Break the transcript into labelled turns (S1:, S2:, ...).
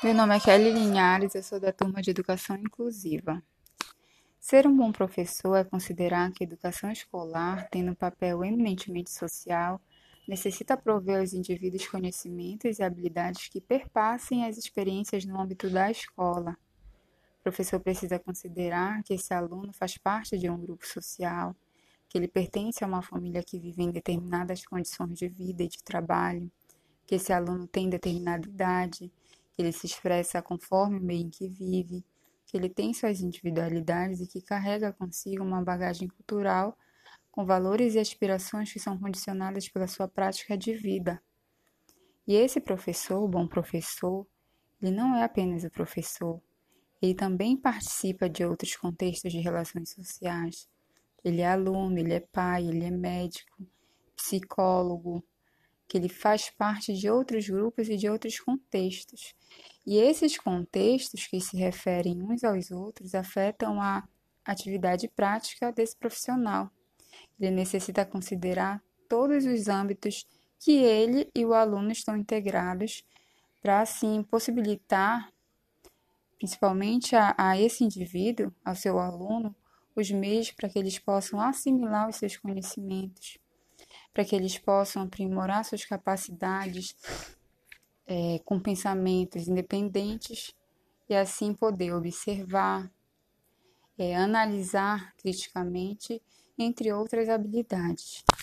S1: Meu nome é Kelly Linhares, eu sou da turma de Educação Inclusiva. Ser um bom professor é considerar que a educação escolar, tendo um papel eminentemente social, necessita prover aos indivíduos conhecimentos e habilidades que perpassem as experiências no âmbito da escola. O professor precisa considerar que esse aluno faz parte de um grupo social, que ele pertence a uma família que vive em determinadas condições de vida e de trabalho, que esse aluno tem determinada idade, que ele se expressa conforme o meio em que vive, que ele tem suas individualidades e que carrega consigo uma bagagem cultural com valores e aspirações que são condicionadas pela sua prática de vida. E esse professor, o bom professor, ele não é apenas o professor, ele também participa de outros contextos de relações sociais. Ele é aluno, ele é pai, ele é médico, psicólogo, que ele faz parte de outros grupos e de outros contextos. E esses contextos que se referem uns aos outros afetam a atividade prática desse profissional. Ele necessita considerar todos os âmbitos que ele e o aluno estão integrados para, assim, possibilitar, principalmente a esse indivíduo, ao seu aluno, os meios para que eles possam assimilar os seus conhecimentos, para que eles possam aprimorar suas capacidades com pensamentos independentes e assim poder observar, analisar criticamente, entre outras habilidades.